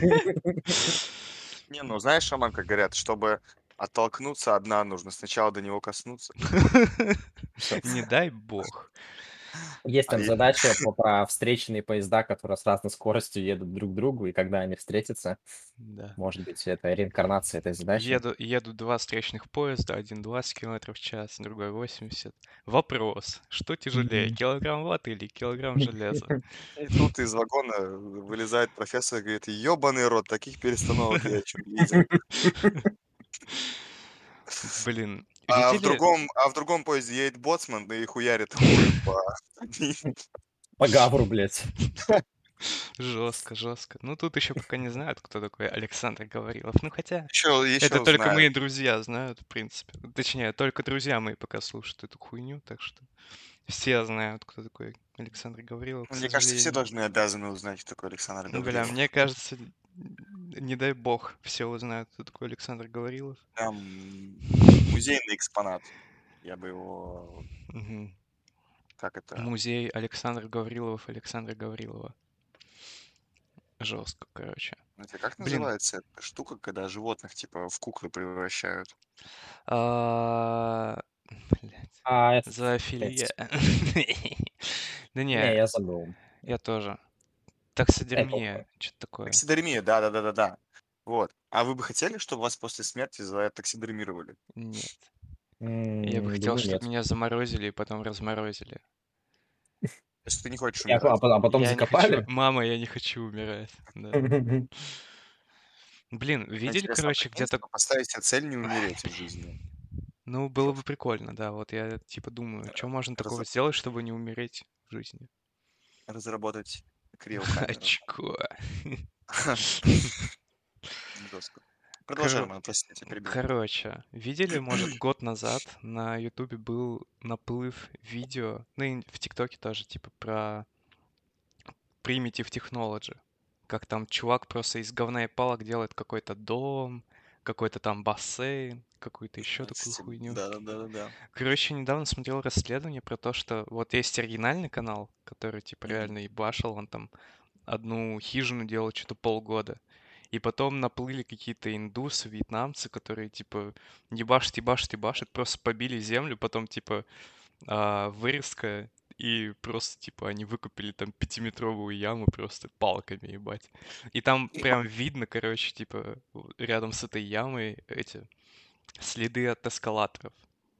не, ну знаешь, шаман, как говорят, чтобы оттолкнуться от дна, нужно сначала до него коснуться. Не дай бог. Есть А там я- задача про встречные поезда, которые с разной скоростью едут друг к другу, и когда они встретятся, Да. может быть, это реинкарнация этой задачи. Еду два встречных поезда, один 20 километров в час, другой 80. Вопрос, что тяжелее, Мгм. килограмм ваты или килограмм железа? И тут из вагона вылезает профессор и говорит, ебаный рот, таких перестановок я еще не видел. Блин, А в видели? другом поезде едет боцман и хуярит хуем по... По гавру, блядь. Жестко, жестко. Ну, тут еще пока не знают, кто такой Александр Гаврилов. Ну, хотя, это Еще только знаю. мои друзья знают, в принципе. Точнее, только друзья мои пока слушают эту хуйню, так что все знают, кто такой Александр Гаврилов, к Мне кажется, все сожалению. должны обязаны узнать, кто такой Александр Бля, Гаврилов. мне кажется, не дай бог, все узнают, кто такой Александр Гаврилов. Там музейный экспонат. Я бы его... Мгм. Как это? Музей Александра Гаврилова. Жестко, короче. Знаете, как Блин, называется эта штука, когда животных типа в куклы превращают? а, блядь, Блядь. зоофилия. Да Не, не, я забыл. я тоже. Похуй. Таксидермия, что-то такое. Таксидермия, да-да-да-да-да. Вот. А вы бы хотели, чтобы вас после смерти таксидермировали? Нет. Я бы хотел, Думаю, чтобы нет. меня заморозили и потом разморозили. Если ты не хочешь А умирать. потом Я не хочу... закопали? Мама, я не хочу умирать. Да. Блин, Ну, видели, интересно, а короче, прикинь, где-то... типа, поставить себе цель не Ай, умереть в блин. жизни. Ну, было бы прикольно, да. Вот я типа думаю, что можно Раз- такого сделать, чтобы не умереть в жизни. Разработать криво камеру. Очко. Жестко. Продолжай, Коро- Роман, прости, я тебя перебил. Короче, видели, может, год назад на Ютубе был наплыв видео, ну и в ТикТоке тоже, типа, про Primitive Technology. Как там чувак просто из говна и палок делает какой-то дом, какой-то там бассейн, какую-то еще такую хуйню. Да. Короче, недавно смотрел расследование про то, что вот есть оригинальный канал, который, типа, реально ебашил, он там одну хижину делал что-то полгода. И потом наплыли какие-то индусы, вьетнамцы, которые, типа, ебашат, просто побили землю, потом, типа, вырезка, и просто, типа, они выкупили там 5-метровую яму просто палками, ебать. И там прям видно, короче, типа, рядом с этой ямой эти следы от эскалаторов.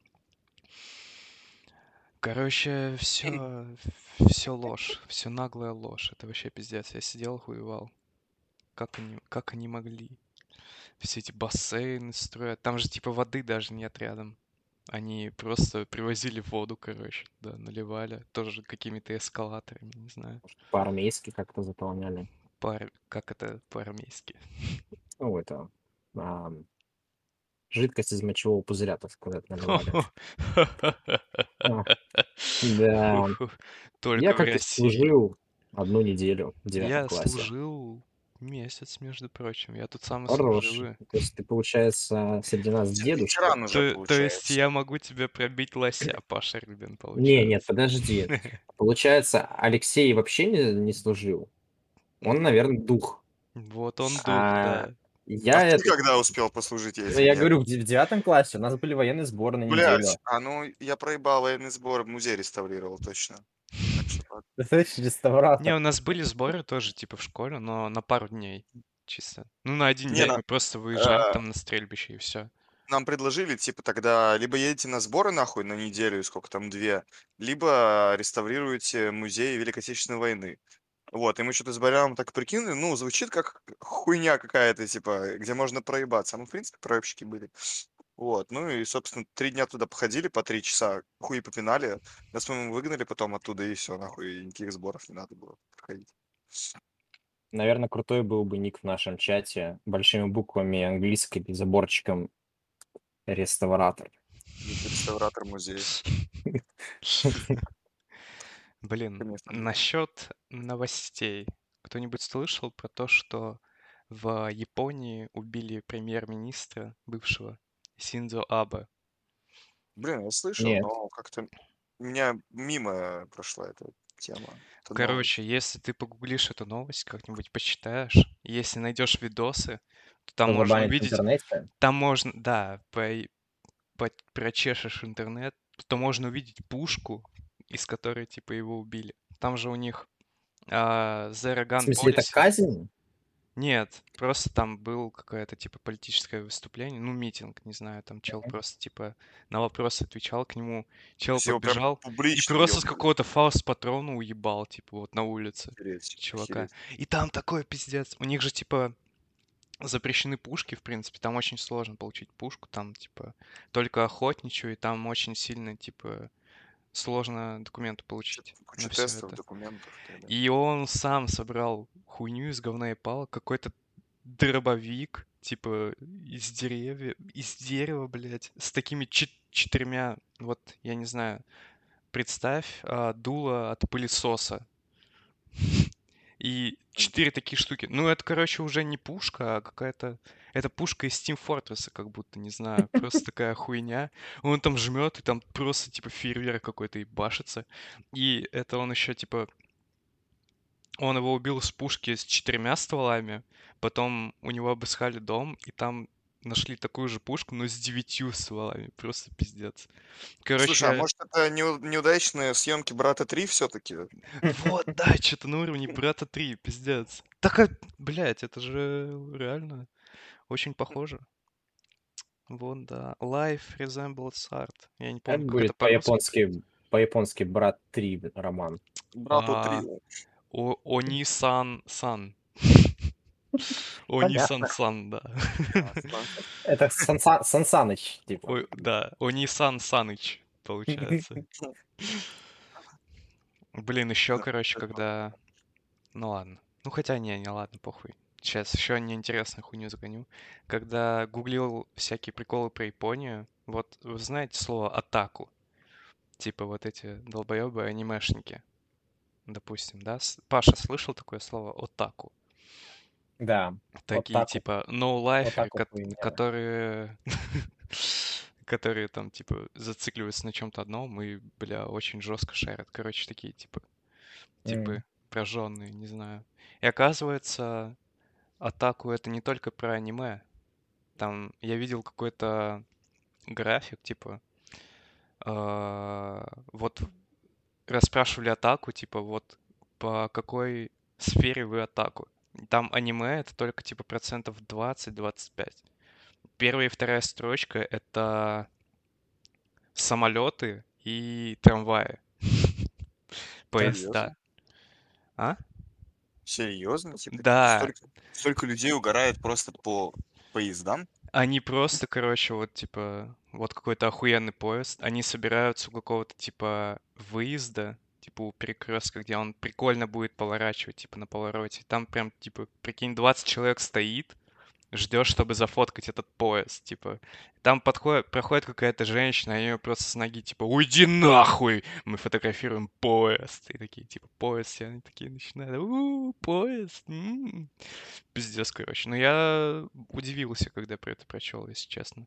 Короче, все ложь, все наглая ложь. Это вообще пиздец. Я сидел, хуевал. Как они могли? Все эти бассейны строят. Там же типа воды даже нет рядом. Они просто привозили воду, короче, да, наливали. Тоже какими-то эскалаторами, не знаю. По-армейски как-то заполняли. Как это по-армейски? Ну, это жидкость из мочевого пузыря, так сказать, наливали. А, Да. Фу-фу. Я Только в как-то России. служил 1 неделю в 9 Я классе. служил месяц, между прочим. Я тут самый Хорош. служивый. То есть ты, получается, среди нас дедушка? Ветеран уже То есть получается. я могу тебе пробить лося, Паша Рубин, Нет, получается. подожди. Получается, Алексей вообще не служил. Он, наверное, дух. Вот он дух, А да. А я ты это... когда успел послужить, Ну, если я нет? говорю, в 9 классе у нас были военные сборы на Блять, неделю. я проебал военный сбор, музей реставрировал точно. Так что так. Ты слышишь, Не, реставратор. у нас были сборы тоже, типа, в школе, но на пару дней чисто. Ну, на один Не, день мы просто выезжали там на стрельбище и все. нам предложили, типа, тогда либо едете на сборы нахуй на неделю, сколько там, 2, либо реставрируете музей Великой Отечественной войны. Вот, и мы что-то с Баряном так прикинули, ну, звучит как хуйня какая-то, типа, где можно проебаться. А мы, в принципе, проебщики были. Вот, ну и, собственно, 3 дня туда походили, по 3 часа, хуй попинали. Нас, по-моему, выгнали потом оттуда, и все, нахуй, и никаких сборов не надо было проходить. Наверное, крутой был бы ник в нашем чате большими буквами английской заборчиком реставратор. Реставратор музея, Блин, конечно, да. насчет новостей. Кто-нибудь слышал про то, что в Японии убили премьер-министра бывшего Синдзо Абе? Блин, я слышал, Нет. но как-то у меня мимо прошла эта тема, эта новость. Короче, если ты погуглишь эту новость, как-нибудь почитаешь, если найдешь видосы, то там Что можно забанить в увидеть, интернете? там можно, да, прочешешь интернет, то можно увидеть пушку, из которой, типа, его убили. Там же у них Zero В Gun смысле, это Policy. казнь? Нет, просто там был какое-то, типа, политическое выступление, ну, митинг, не знаю, там чел Мгм. просто, типа, на вопросы отвечал, к нему То чел есть его прям подбежал и публично просто с ёбнули. какого-то фаust-патрона уебал, типа, вот на улице Охереть, чувака. охереть. И там такой пиздец. У них же, типа, запрещены пушки, в принципе, там очень сложно получить пушку, там, типа, только охотничью, и там очень сильно, типа, сложно документы получить Куча на все тестов, это. документов и так далее. И он сам собрал хуйню из говна и палок, какой-то дробовик, типа, из дерева, блядь, с такими 4, вот, я не знаю, представь, дуло от пылесоса. И 4 такие штуки. Ну, это, короче, уже не пушка, а какая-то... Это пушка из Team Fortress, как будто, не знаю. Просто такая хуйня. Он там жмет, и там просто, типа, фейерверк какой-то и башится. И это он еще, типа, он его убил с пушки с 4 стволами, потом у него обыскали дом, и там нашли такую же пушку, но с 9 стволами. Просто пиздец. Слушай, а Короче, может это неудачные съемки «Брата 3» все-таки? вот, да, что-то на уровне Брата 3, пиздец. Так, блядь, это же реально очень похоже. Вот, да. Life resembles art. Я не Это помню, как это будет по-русски, кстати. по-японски «Брат 3» роман. «Брату 3», А, Они-сан-сан. Понятно. Они-сан-сан, да. Это Сансаныч, типа. Ой, да, Они-сан Саныч, получается. Блин, еще, короче, когда Ну ладно. Ну хотя не ладно, похуй. Сейчас еще неинтересную хуйню загоню. Когда гуглил всякие приколы про Японию, вот вы знаете слово «атаку»? Типа вот эти долбоебы анимешники, допустим, да? Паша, слышал такое слово «отаку»? Да, вот Такие так вот, типа вот ноу-лайферы, так вот хуйня. которые которые там типа зацикливаются на чем-то одном и, бля, очень жестко шарят. Короче, такие типа М. типы прожженные, не знаю. И оказывается, атаку это не только про аниме. Там я видел какой-то график, типа, вот расспрашивали атаку, типа, вот по какой сфере вы атаку. И там аниме это только типа процентов 20-25. Первая и вторая строчка это самолеты и трамваи, Да. Серьезно? поезда. А? Серьезно? Типа, Да, столько людей угорает просто по поездам? они просто, короче, вот типа, вот какой-то охуенный поезд, они собираются у какого-то типа выезда, типа у перекрестка, где он прикольно будет поворачивать, типа на повороте. Там прям, типа, прикинь, 20 человек стоит, ждешь, чтобы зафоткать этот поезд, типа. Там проходит какая-то женщина, они ее просто с ноги, типа, уйди нахуй! Мы фотографируем поезд. И такие, типа, поезд, и они такие начинают, поезд, пиздец, короче. Но я удивился, когда про это прочел, если честно.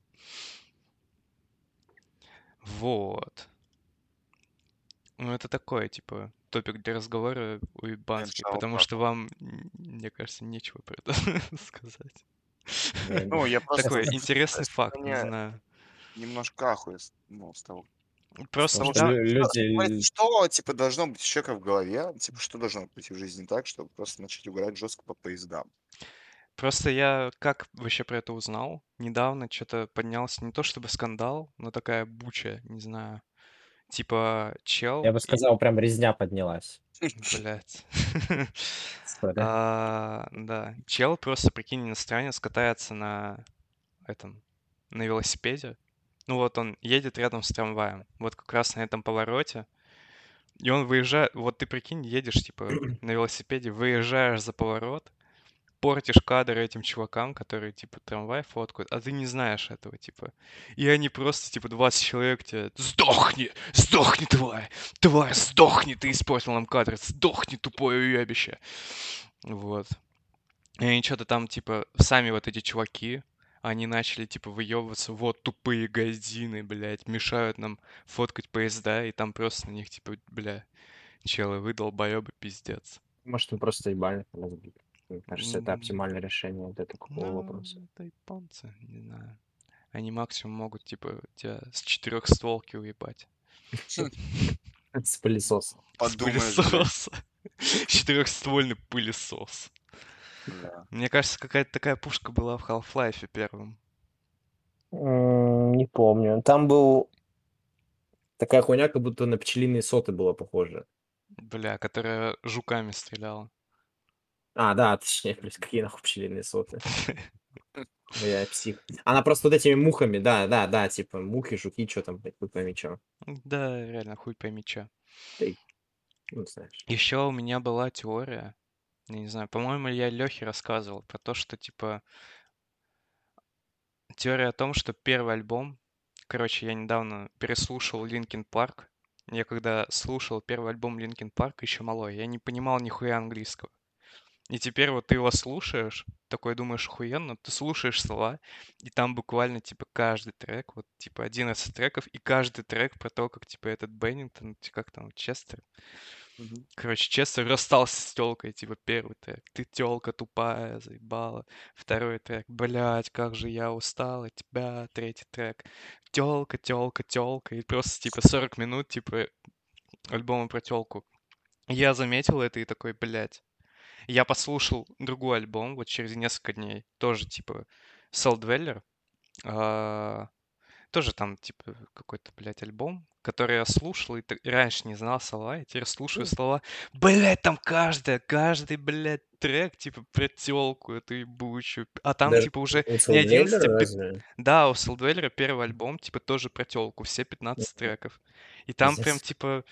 Вот. Ну, это такое, типа, топик для разговора уебанский, потому что Эншаллаху. вам, мне кажется, нечего про это сказать. Я Ну, я просто Такой просто в интересный факт, не стороне знаю. немножко ахую с Просто потому того, что что, да, что говорится, люди... что, типа, должно быть у человека в голове, типа, что должно быть в жизни так, чтобы просто начать угорать жестко по поездам. просто я как вообще про это узнал? Недавно что-то поднялся не то чтобы скандал, но такая буча, не знаю. Типа Я чел бы и... сказал, прям резня поднялась. Блядь. Сори. Да. Чел просто, прикинь, иностранец катается на этом, на велосипеде. Ну вот он едет рядом с трамваем. Вот как раз на этом повороте. И он выезжает... Вот ты прикинь, едешь, типа, на велосипеде, выезжаешь за поворот, портишь кадр этим чувакам, которые, типа, трамвай фоткают, а ты не знаешь этого, типа. И они просто, типа, 20 человек тебе: сдохни! Сдохни, тварь! Тварь, сдохни! Ты испортил нам кадр! Сдохни, тупое уебище! Вот. И они что-то там, типа, сами вот эти чуваки, они начали, типа, выебываться: вот тупые газдины, блядь, мешают нам фоткать поезда, и там просто на них, типа, бля, челы, вы долбоебы, пиздец. Может, вы просто ебали мозги. Мне кажется, это М, оптимальное решение для такого Ну, вопроса. это японцы, не знаю. Они максимум могут, типа, тебя с четырехстволки уебать. С пылесоса. С Подумаешь, блядь. пылесоса. Четырехствольный пылесос. Да. Мне кажется, какая-то такая пушка была в Half-Life первом. Не помню. Там был такая хуйня, как будто на пчелиные соты было похоже. Бля, которая жуками стреляла. А, да, точнее, блядь, какие нахуй пчелиные соты. Я псих. Она просто вот этими мухами, да, типа мухи, жуки, что там, блядь, хуй пойми чё. Да, реально, хуй пойми чё. Ты, ну, знаешь. Еще у меня была теория, я не знаю, по-моему, я Лехе рассказывал про то, что, типа, теория о том, что первый альбом... Короче, я недавно переслушал Linkin Park. Я когда слушал первый альбом Linkin Park еще малой, я не понимал нихуя английского. И теперь вот ты его слушаешь, такой думаешь, охуенно, ты слушаешь слова, и там буквально, типа, каждый трек, вот, типа, 11 треков, и каждый трек про то, как, типа, этот Беннингтон, как там, Честер, Мгм. короче, Честер расстался с телкой, типа, первый трек. Ты телка тупая, заебала. Второй трек. Блять, как же я устал от тебя. Третий трек. Телка, телка, телка. И просто, типа, 40 минут, типа, альбома про телку. Я заметил это и такой, блядь. Я послушал другой альбом вот через несколько дней. Тоже, типа, Soul Dweller. Тоже там, типа, какой-то, блядь, альбом, который я слушал и раньше не знал слова, и теперь слушаю слова. Блядь, там каждый, блядь, трек, типа, про тёлку эту ебучую. А там, Даже типа, уже у не Soulblazer 11, разве? Да, у Souldweller первый альбом, типа, тоже про тёлку, все 15 треков. И там прям, Пиздец. типа,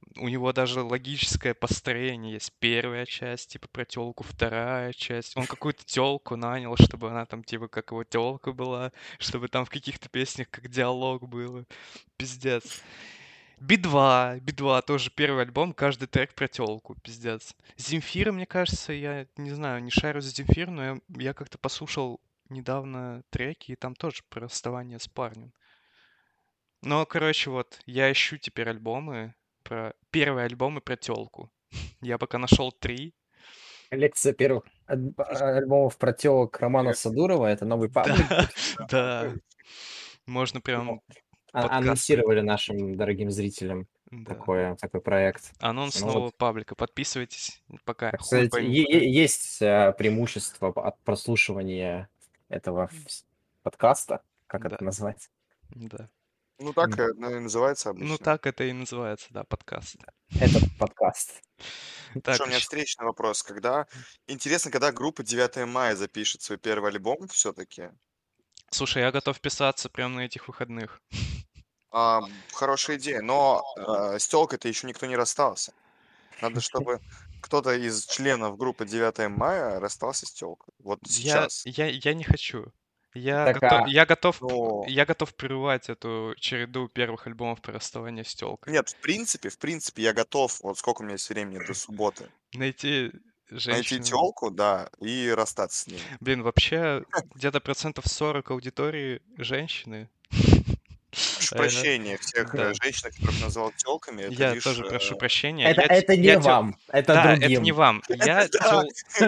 У него даже логическое построение есть. Первая часть, типа, про тёлку, вторая часть. Он какую-то тёлку нанял, чтобы она там, типа, как его тёлка была, чтобы там в каких-то песнях как диалог было. Пиздец. Би-2 тоже первый альбом, каждый трек про тёлку, пиздец. Земфира, мне кажется, я не знаю, не шарю за Земфир, но я как-то послушал недавно треки, и там тоже про расставание с парнем. Ну, короче, вот, я ищу теперь первые альбомы про тёлку. Я пока нашел 3. Коллекция первых альбомов про тёлок Романа Садурова. Это новый Да, паблик будет? да. Можно Ну, прям подкаст анонсировали выпустить. нашим дорогим зрителям Да. такой проект. Анонс Ну нового вот, паблика. Подписывайтесь, пока так хуй сказать, пойми куда. есть преимущество от прослушивания этого подкаста, как это Да, назвать? да. Ну, так, М, наверно, и называется Ну, обычно. так это и называется, да, подкаст. Этот подкаст. Слушай, Так, у меня встречный вопрос. Интересно, когда группа 9 мая запишет свой первый альбом все-таки? слушай, я готов писаться прямо на этих выходных. Хорошая идея, но с тёлкой-то еще никто не расстался. Надо, чтобы кто-то из членов группы 9 мая расстался с тёлкой. Вот Я, сейчас. я, я не хочу. Я Так, готов, я готов, Ну, я готов прервать эту череду первых альбомов про расставание с тёлкой. нет, в принципе, я готов, вот сколько у меня есть времени до субботы, Найти найти женщину. тёлку, да, и расстаться с ней. Блин, вообще где-то 40% аудитории женщины. Прошу А я- прощения всех Да. женщин, которых назвал тёлками, это Я лишь... тоже прошу прощения. это не вам, это Да, это не другим. вам. Да,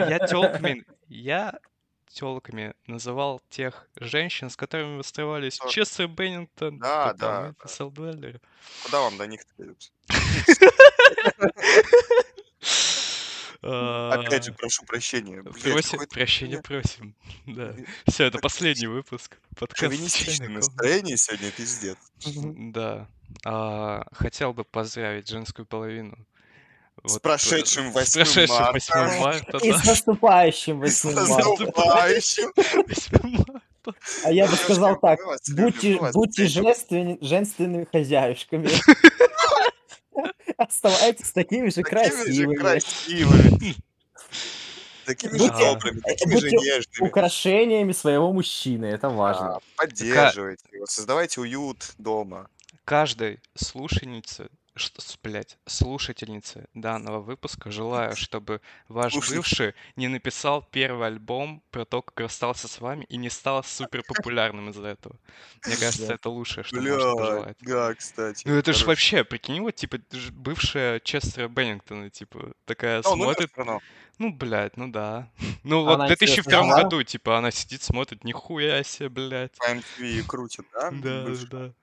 Я тёлками называл тех женщин, с которыми расставались то- Честер Беннингтон, да, потом да, да. Мемфис Беллер. Куда вам до них-то? Опять же, А, прошу прощения. Блядь, какое-то Прощения сегодня просим. Да. Все, это последний шовинистичное выпуск подкаста «Чайная шовинистичное комната». настроение сегодня, пиздец. Да. Хотел бы поздравить женскую половину. С Вот прошедшим с 8 прошедшим 8 марта. марта, И да. с наступающим И с 8 С марта. наступающим. наступающим 8 марта. А я бы Девушки, сказал так: мы вас любим, мы вас будьте ценим. женственными хозяюшками. Оставайтесь такими же Такими же красивыми. красивыми, такими же Будьте, А, добрыми, такими же будьте нежными. украшениями своего мужчины. Это важно. Да, ка- поддерживайте его, создавайте уют дома. Каждой слушательнице данного выпуска желаю, чтобы ваш Слушайте, бывший не написал первый альбом про то, как расстался с вами и не стал супер популярным из-за этого. Мне кажется, Пиздец. это лучшее, что можно блядь, пожелать. да, кстати, Ну это это ж хороший. вообще, прикинь, вот типа бывшая Честера Беннингтона, типа, такая Он умер смотрит, всё равно. ну, блядь, ну да. Ну вот в Она интересно 2002 жила? году, типа, она сидит, смотрит, нихуя себе, блядь. По MTV крутит, да, Да, бывшего? да.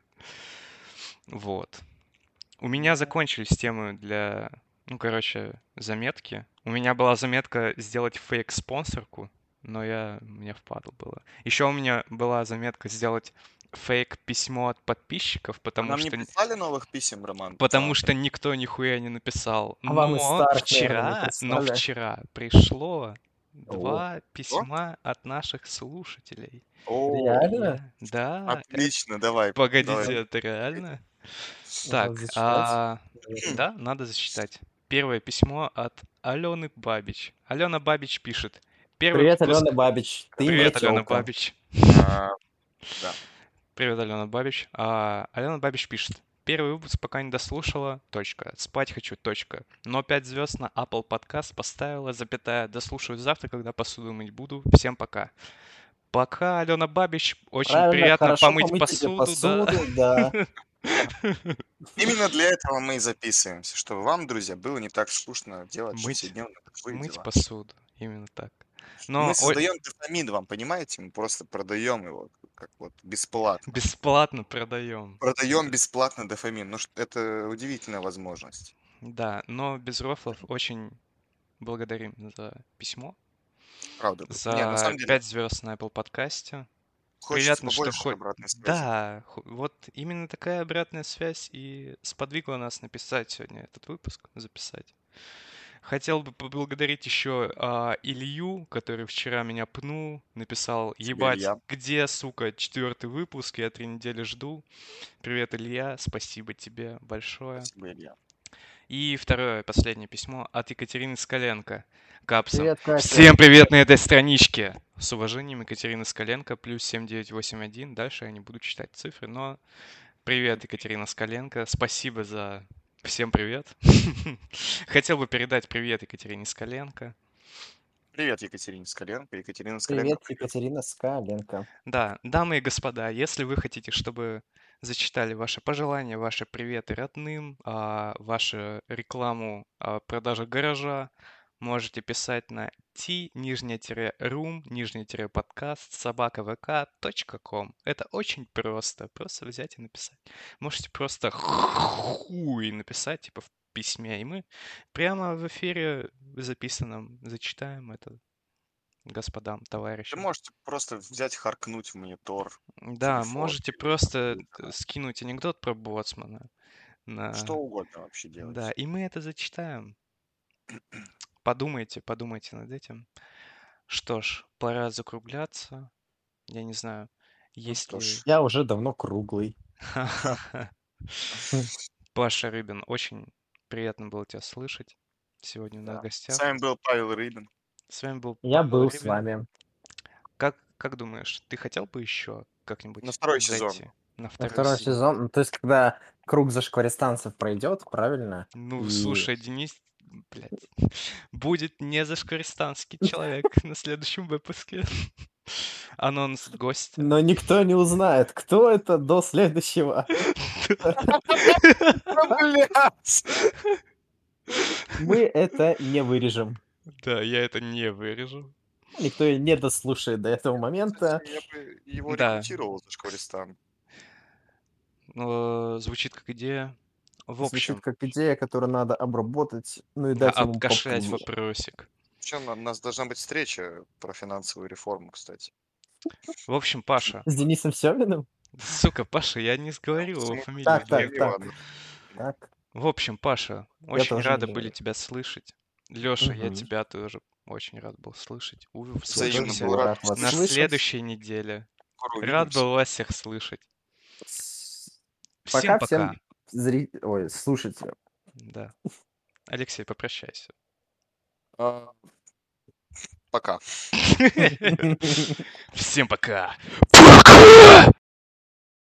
Вот. У меня закончились темы для, ну, короче, заметки. У меня была заметка сделать фейк-спонсорку, но мне впадло было. Еще у меня была заметка сделать фейк-письмо от подписчиков, А нам не прислали новых писем, Роман, в потому целом? что никто нихуя не написал. А вам из старых, наверное, не Но прислали. вчера пришло О, 2 Что? письма от наших слушателей. О, реально? Да, отлично, давай, давай. погодите, это реально? Надо Так, зачитать. да, надо засчитать. Первое письмо от Алены Бабич. Алена Бабич пишет. Первый Привет, Алена выпуск. Бабич. Ты не Привет, Алена тёлка. Бабич. А, да. Привет, Алена Бабич. Алена Бабич пишет. Первый выпуск пока не дослушала. Точка. Спать хочу. Точка. Но 5 звезд на Apple Podcast поставила. Запятая. Дослушаю завтра, когда посуду мыть буду. Всем пока. Пока, Алена Бабич. Очень Правильно, приятно хорошо помыть помыть тебе посуду, да. посуду, да. Именно для этого мы и записываемся, чтобы вам, друзья, было не так скучно делать Мыть, повседневно бытовые мыть дела. посуду. Именно так. Мы Но создаем дофамин вам, понимаете? Мы просто продаем его как вот бесплатно. бесплатно продаем. Продаем бесплатно дофамин. Ну, это удивительная возможность. Да, но без рофлов очень благодарим за письмо, Правда. Не, на за самом деле, 5 звезд на Apple подкасте. хочется Приятно, что побольше хоть... обратной связи. Да, вот именно такая обратная связь и сподвигла нас написать сегодня этот выпуск, записать. Хотел бы поблагодарить еще Илью, который вчера меня пнул, написал, Тебе, ебать, Илья. где, сука, 4-й выпуск, я 3 недели жду. Привет, Илья, спасибо тебе большое. Спасибо, Илья. И второе, последнее письмо от Екатерины Скаленко. Капсом. Привет, Катя. Всем привет на этой страничке. С уважением, Екатерина Скаленко, плюс 7981. Дальше я не буду читать цифры, но привет, Екатерина Скаленко. Спасибо за... Всем привет. Хотел бы передать привет Екатерине Скаленко. Привет, Екатерина Скаленко. Екатерина Привет, Скаленко, привет. Екатерина Скаленко. Да, дамы и господа, если вы хотите, чтобы зачитали ваши пожелания, ваши приветы родным, вашу рекламу продажи гаража, можете писать на t-room-podcast@vk.com. Это очень просто. Просто взять и написать. Можете просто хуй написать, типа в письме, и мы прямо в эфире записанном зачитаем это господам, Вы товарищам. можете просто взять, харкнуть в монитор, Да, телефон, можете или просто ноутбук. скинуть анекдот про боцмана Что на... угодно вообще Да, делать. и мы это зачитаем. Подумайте над этим. Что ж, пора закругляться. Я не знаю, Ну есть что ли... ж, Я уже давно круглый. Паша Рыбин, очень приятно было тебя слышать сегодня у нас в да. С гостях. вами был Павел Рыбин. С вами был Я Павел был с Рыбин. вами. Как думаешь, ты хотел бы еще На как-нибудь второй сезон. зайти? На На второй второй сезон? сезон, ну, то есть когда круг зашкваристанцев пройдет, правильно? Ну, И слушай, Денис, блядь, будет не зашкваристанский человек на следующем выпуске. Анонс гостя. но никто не узнает, кто это до следующего. Блядь! Мы это не вырежем. Да, я это не вырежу. Никто и не дослушает до этого момента. Кстати, я бы его Да. рекрутировал за Шкваристан. Звучит как идея. В Звучит общем, как идея, которую надо обработать, ну и дать ему откашлять попу. вопросик. Причем у нас должна быть встреча про финансовую реформу, кстати. В общем, Паша. С Денисом Семиным? Сука, Паша, я не сговорил его Саму фамилию. Так, фамилию, так, ладно. так. В общем, Паша, очень тоже рады не были говорю. тебя слышать. Леша, я Мгм. тебя тоже очень рад был слышать. Взаимно Услышимся был рад вас на слышать. следующей неделе. Скоро Рад увидимся. был вас всех слышать. Пока Всем всем пока. слушайте. Да. Алексей, попрощайся. Пока. Всем пока.